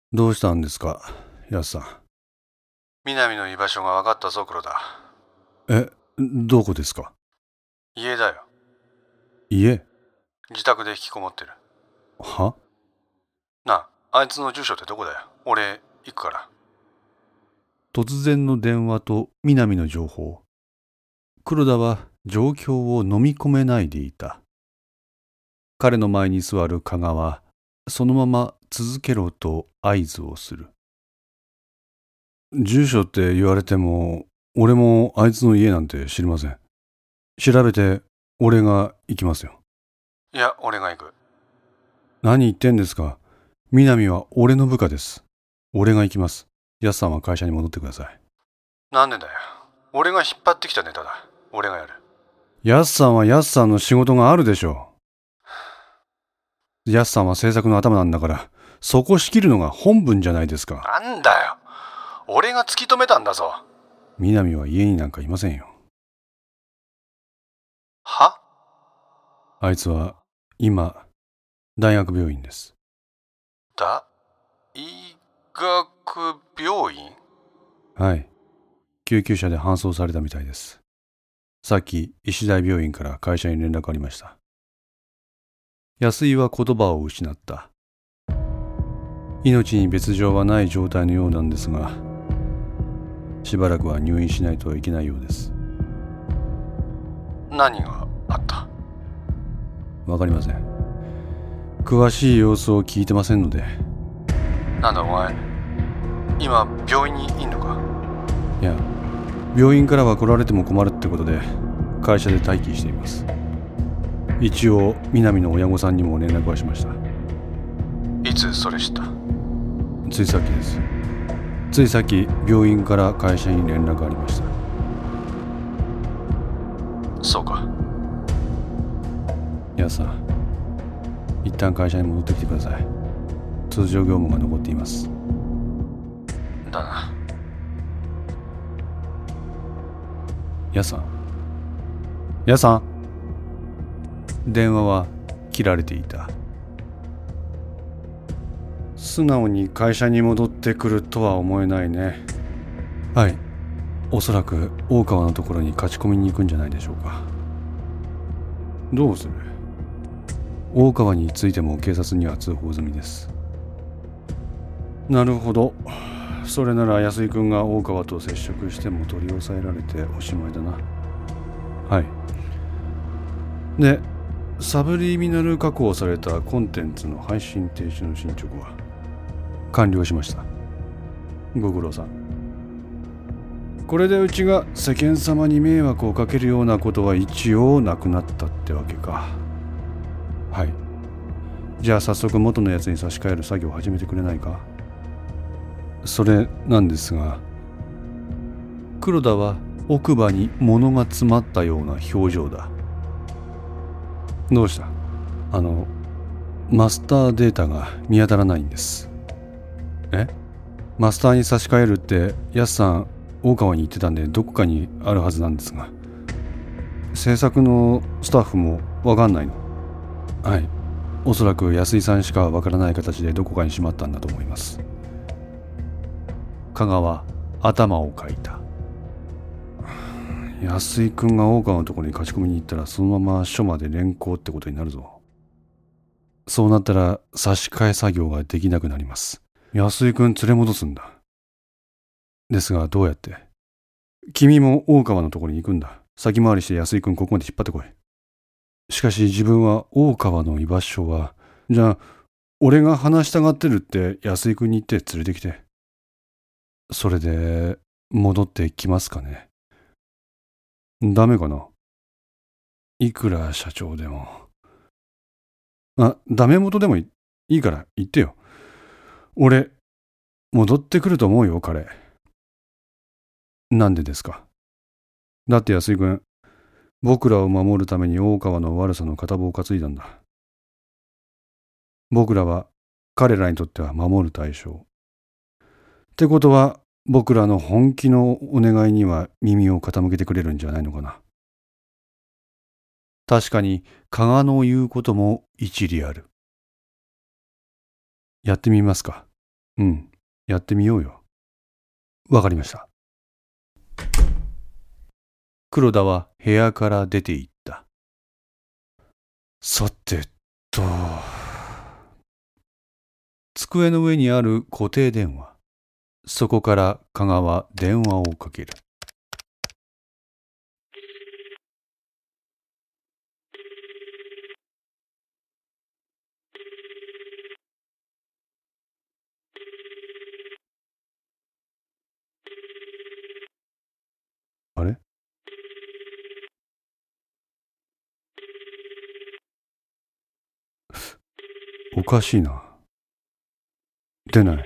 どうしたんですか、やすさん。 南の居場所が分かったぞ、黒田。 どこですか？ 家だよ。 家？ 自宅で引きこもってる。 は？ なあ、あいつの住所ってどこだよ。俺、行くから。 突然の電話と南の情報。黒田は状況を飲み込めないでいた。彼の前に座る加賀は、そのまま続けろと合図をする。住所って言われても、俺もあいつの家なんて知りません。調べて俺が行きますよ。 いや、俺が行く。 何言ってんですか。南は俺の部下です。俺が行きます。やすさんは会社に戻ってください。 なんでだよ。俺が引っ張ってきたネタだ。俺がやる。 やすさんはやすさんの仕事があるでしょう。やすさんは制作の頭なんだから、そこ仕切るのが本分じゃないですか。 なんだよ。俺が突き止めたんだぞ。 南は家になんかいませんよ。 は？ あいつは今、大学病院です。 大学病院？ はい。救急車で搬送されたみたいです。さっき医大病院から会社に連絡ありました。安井は言葉を失った。命に別状はない状態のようなんですが、しばらくは入院しないといけないようです。 何があった？ わかりません。詳しい様子を聞いてませんので。 なんだお前、今病院にいんのか？ いや、病院からは来られても困るってことで会社で待機しています。一応南の親御さんにも連絡はしました。 いつそれ知った？ ついさっきです。ついさっき病院から会社に連絡ありました。 そうか。 やすさん、一旦会社に戻ってきてください。通常業務が残っています。 だな。 やすさん、やすさん。電話は切られていた。素直に会社に戻ってくるとは思えないね。はい、おそらく大川のところに勝ち込みに行くんじゃないでしょうか。どうする？大川についても警察には通報済みです。なるほど。それなら安井君が大川と接触しても取り押さえられておしまいだな。はい。で、サブリミナル加工されたコンテンツの配信停止の進捗は完了しました。ご苦労さん。これでうちが世間様に迷惑をかけるようなことは一応なくなったってわけか。はい。じゃあ早速元のやつに差し替える作業を始めてくれないか。それなんですが、黒田は奥歯に物が詰まったような表情だ。どうした？マスターデータが見当たらないんです。え？マスターに差し替えるってやすさん大川に行ってたんでどこかにあるはずなんですが、制作のスタッフもわかんないの？はい、おそらく安井さんしかわからない形でどこかにしまったんだと思います。香川は頭をかいた。安井君が大川のところに勝ち込みに行ったらそのまま署まで連行ってことになるぞ。そうなったら差し替え作業ができなくなります。安井君連れ戻すんだ。ですがどうやって？君も大川のところに行くんだ。先回りして安井君ここまで引っ張ってこい。しかし自分は大川の居場所は、じゃあ俺が話したがってるって安井君に言って連れてきて。それで戻ってきますかね。ダメかな。いくら社長でも。ダメ元でもいいから言ってよ。俺戻ってくると思うよ彼。なんでですか？だって安井君、僕らを守るために大川の悪さの片棒を担いだんだ。僕らは彼らにとっては守る対象。ってことは僕らの本気のお願いには耳を傾けてくれるんじゃないのかな。確かに加賀の言うことも一理ある。やってみますか。 うん、やってみようよ。わかりました。黒田は部屋から出て行った。さてと、机の上にある固定電話。そこから加賀は電話をかける。あれ？おかしいな。出ない。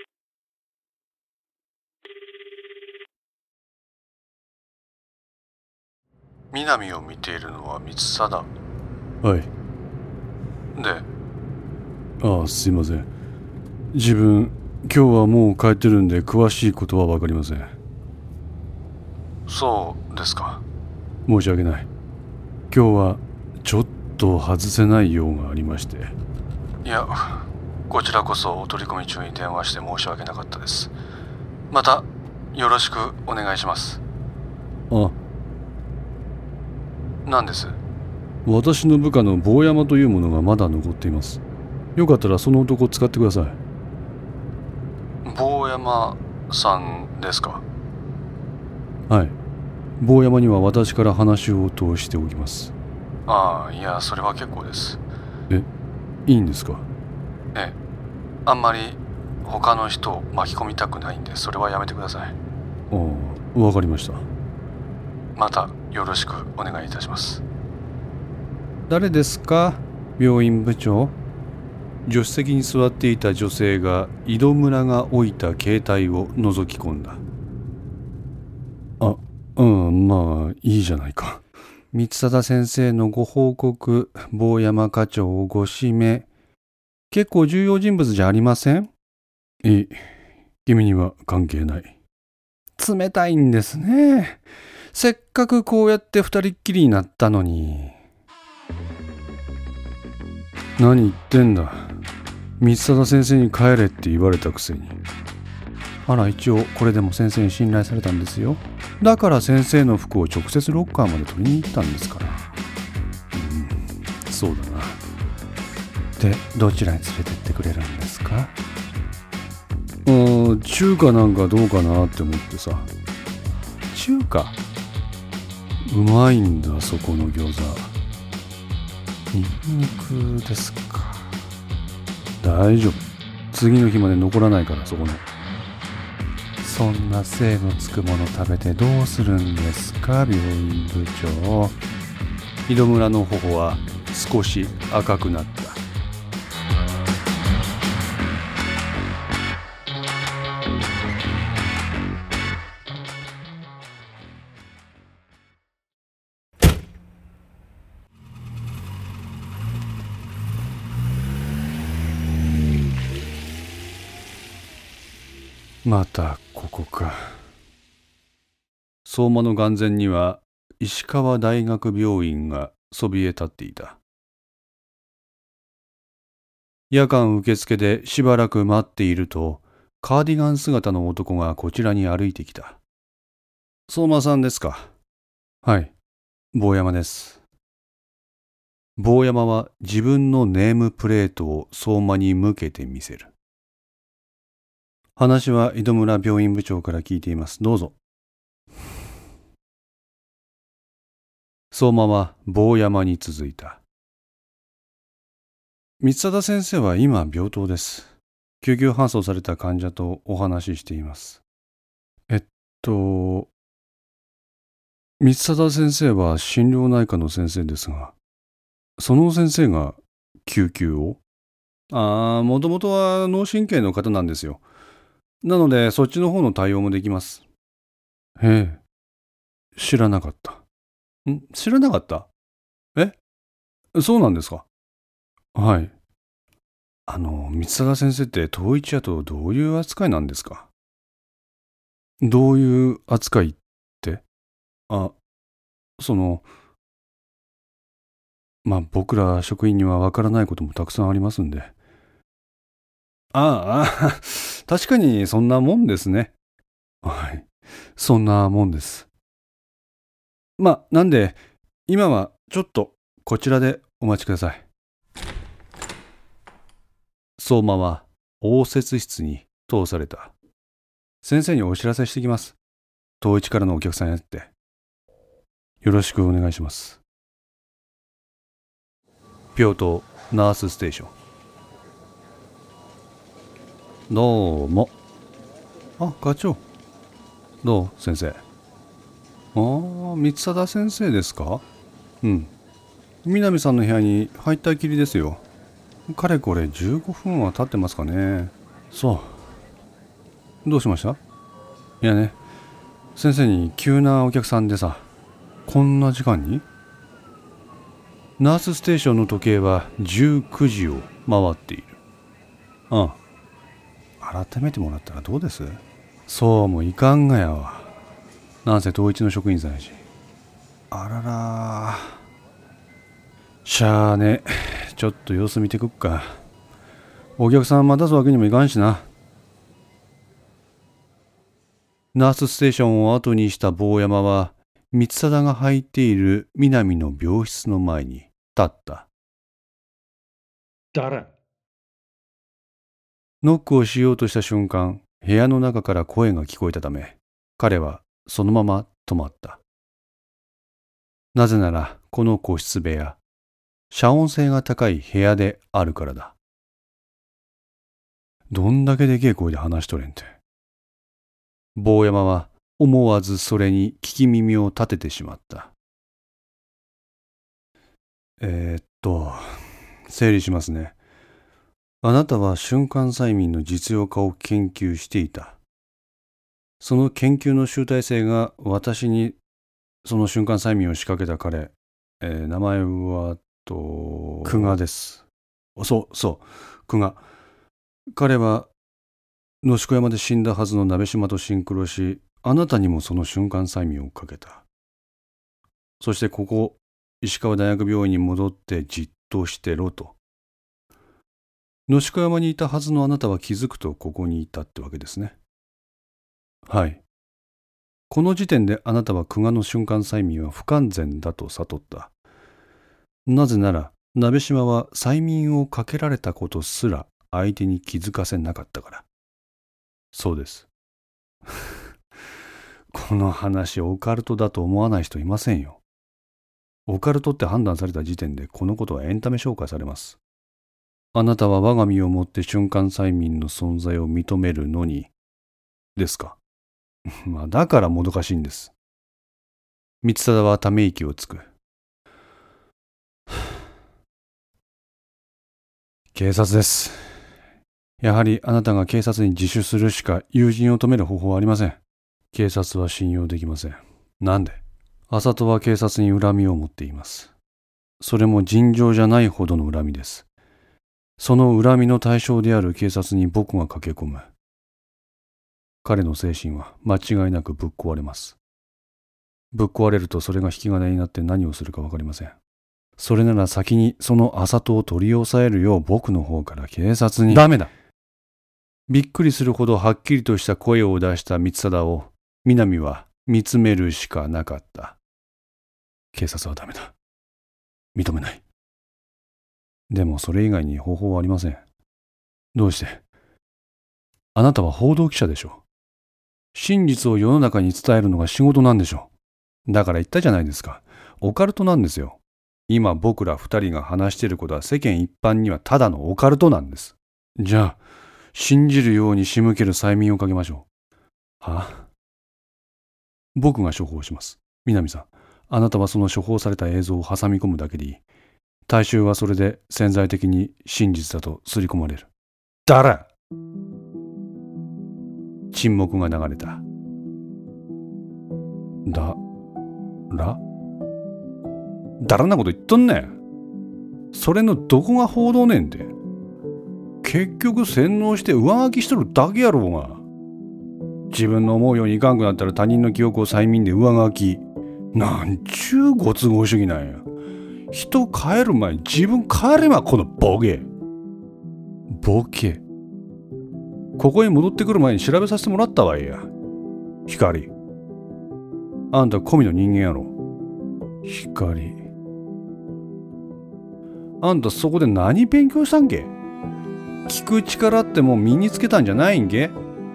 南を見ているのは光貞。 はい。 で、 ああ、すいません。自分、今日はもう帰ってるんで詳しいことはわかりません。 そうですか。 申し訳ない。今日はちょっと外せない用がありまして。 いや、こちらこそお取り込み中に電話して申し訳なかったです。またよろしくお願いします。 あ、 何です？ 私の部下の坊山というものがまだ残っています。よかったらその男を使ってください。 坊山さんですか？ はい。坊山には私から話を通しておきます。 ああ、いや、それは結構です。 いいんですか？ ええ、あんまり他の人を巻き込みたくないんで、それはやめてください。 ああ、わかりました。 またよろしくお願いいたします。 誰ですか？病院部長。助手席に座っていた女性が井戸村が置いた携帯を覗き込んだ。あ、うん、まあいいじゃないか。光貞先生のご報告、坊山課長をご指名。結構重要人物じゃありません？いい。君には関係ない。冷たいんですね。せっかくこうやって二人っきりになったのに。何言ってんだ。光貞先生に帰れって言われたくせに。あら、一応これでも先生に信頼されたんですよ。だから先生の服を直接ロッカーまで取りに行ったんですから。そうだな。で、どちらに連れてってくれるんですか？中華なんかどうかなって思ってさ。中華？うまいんだ、そこの餃子。ニンニクですか？大丈夫。次の日まで残らないから、そこの。そんな精のつくもの食べてどうするんですか、病院部長。井戸村の頬は少し赤くなった。またここか。相馬の眼前には石川大学病院がそびえ立っていた。夜間受付でしばらく待っていると、カーディガン姿の男がこちらに歩いてきた。相馬さんですか？はい、坊山です。坊山は自分のネームプレートを相馬に向けてみせる。話は井戸村病院部長から聞いています。どうぞ。相馬は坊山に続いた。光貞先生は今病棟です。救急搬送された患者とお話ししています。光貞先生は心療内科の先生ですが、その先生が救急を？もともとは脳神経の方なんですよ。なのでそっちの方の対応もできます。へえ、知らなかった。知らなかった？そうなんですか？はい。光貞先生って統一やとどういう扱いなんですか？どういう扱いって？僕ら職員にはわからないこともたくさんありますんで。 確かにそんなもんですね。はい。そんなもんです。なんで、今はちょっとこちらでお待ちください。相馬は応接室に通された。先生にお知らせしてきます。東一からのお客さんやって。よろしくお願いします。病棟ナースステーション。どうも。あ、課長。どう先生。三貞先生ですか？うん。南さんの部屋に入ったきりですよ。かれこれ15分は経ってますかね。そう。どうしました？いやね、先生に急なお客さんでさ、こんな時間に？ナースステーションの時計は19時を回っている。ああ。改めてもらったらどうです？そうもいかんがやわ。なんせ統一の職員さんやし。あらら。しゃあね。ちょっと様子見てくっか。お客さん待たすわけにもいかんしな。ナースステーションを後にした坊山は、光貞が入っている南の病室の前に立った。 誰？ ノックをしようとした瞬間、部屋の中から声が聞こえたため、彼はそのまま止まった。なぜなら、この個室部屋、遮音性が高い部屋であるからだ。どんだけでけえ声で話しとれんて。坊山は思わずそれに聞き耳を立ててしまった。整理しますね。あなたは瞬間催眠の実用化を研究していた。その研究の集大成が私にその瞬間催眠を仕掛けた彼、名前は久我です。そう、久我。彼は野宿山で死んだはずの鍋島とシンクロし、あなたにもその瞬間催眠をかけた。そしてここ石川大学病院に戻ってじっとしてろと。野宿山にいたはずのあなたは気づくとここにいたってわけですね。はい。この時点であなたは久我の瞬間催眠は不完全だと悟った。なぜなら鍋島は催眠をかけられたことすら相手に気づかせなかったから。そうです。この話オカルトだと思わない人いませんよ。オカルトって判断された時点でこのことはエンタメ消化されます。あなたは我が身をもって瞬間催眠の存在を認めるのにですか。だからもどかしいんです。光貞はため息をつく。警察です。やはりあなたが警察に自首するしか友人を止める方法はありません。警察は信用できません。なんで？麻人は警察に恨みを持っています。それも尋常じゃないほどの恨みです。その恨みの対象である警察に僕が駆け込む。彼の精神は間違いなくぶっ壊れます。ぶっ壊れるとそれが引き金になって何をするか分かりません。それなら先にその麻人を取り押さえるよう僕の方から警察に。ダメだ。びっくりするほどはっきりとした声を出した光貞を南は見つめるしかなかった。警察はダメだ。認めない。でもそれ以外に方法はありません。どうして？あなたは報道記者でしょ。真実を世の中に伝えるのが仕事なんでしょ。だから言ったじゃないですか。オカルトなんですよ。今僕ら二人が話していることは世間一般にはただのオカルトなんです。じゃあ、信じるように仕向ける催眠をかけましょう。はあ？僕が処方します。南さん、あなたはその処方された映像を挟み込むだけでいい。大衆はそれで潜在的に真実だと刷り込まれる。だら！沈黙が流れた。だらなこと言っとんねん。それのどこが報道ねんて。結局洗脳して上書きしとるだけやろうが。自分の思うようにいかんくなったら他人の記憶を催眠で上書き。なんちゅうご都合主義なんや。人変える前に自分変えればこのボケ。ボケ。 ここに戻ってくる前に調べさせてもらったわいや。光、あんた込みの人間やろ。光、あんたそこで何勉強したんけ？聞く力ってもう身につけたんじゃないんけ？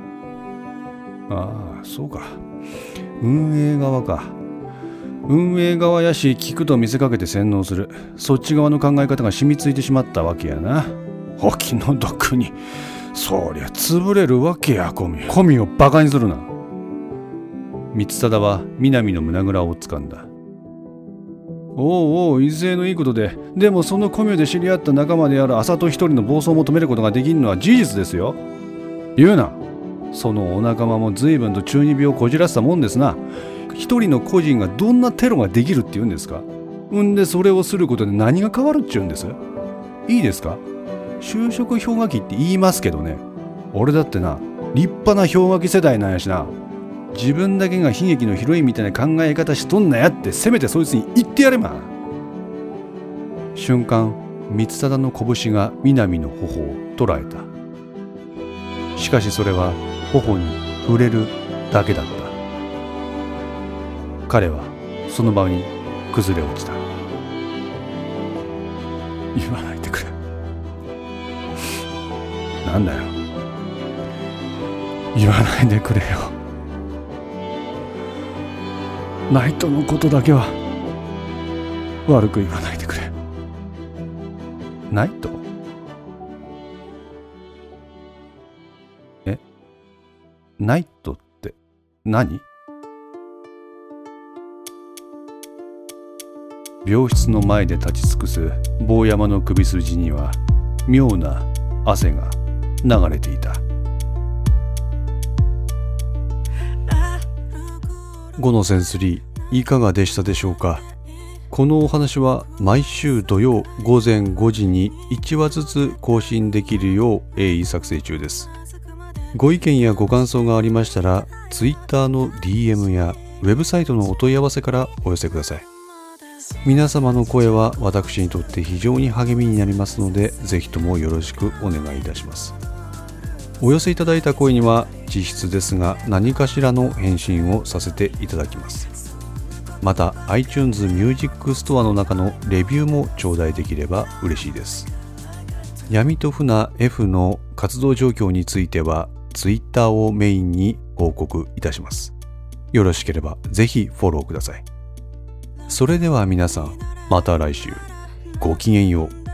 ああ、そうか。運営側か。運営側やし、聞くと見せかけて洗脳する。そっち側の考え方が染みついてしまったわけやな。お気の毒に。そりゃ潰れるわけや、コミをバカにするな。光貞は南の胸ぐらを掴んだ。おうおう、威勢のいいことで。でもそのコミュで知り合った仲間である麻戸一人の暴走も止めることができるのは事実ですよ。言うな。そのお仲間も随分と中二病をこじらせたもんですな。一人の個人がどんなテロができるって言うんですか？んでそれをすることで何が変わるっちゅうんです？いいですか？就職氷河期って言いますけどね、俺だってな、立派な氷河期世代なんやしな。自分だけが悲劇のヒロインみたいな考え方しとんなやって、せめてそいつに言ってやれま。瞬間、光貞の拳が南の頬を捉えた。しかしそれは頬に触れるだけだった。彼はその場に崩れ落ちた。言わないでくれ。なんだよ。言わないでくれよ。ナイトのことだけは悪く言わないでくれ。ナイト？ナイトって何？病室の前で立ち尽くす坊山の首筋には妙な汗が流れていた。5のセンスリーいかがでしたでしょうか。このお話は毎週土曜午前5時に1話ずつ更新できるよう鋭意作成中です。ご意見やご感想がありましたら Twitter の DM やウェブサイトのお問い合わせからお寄せください。皆様の声は私にとって非常に励みになりますので、ぜひともよろしくお願いいたします。お寄せいただいた声には実質ですが何かしらの返信をさせていただきます。また iTunes Music Store の中のレビューも頂戴できれば嬉しいです。闇と船 F の活動状況については Twitter をメインに報告いたします。よろしければぜひフォローください。それでは皆さん、また来週。ごきげんよう。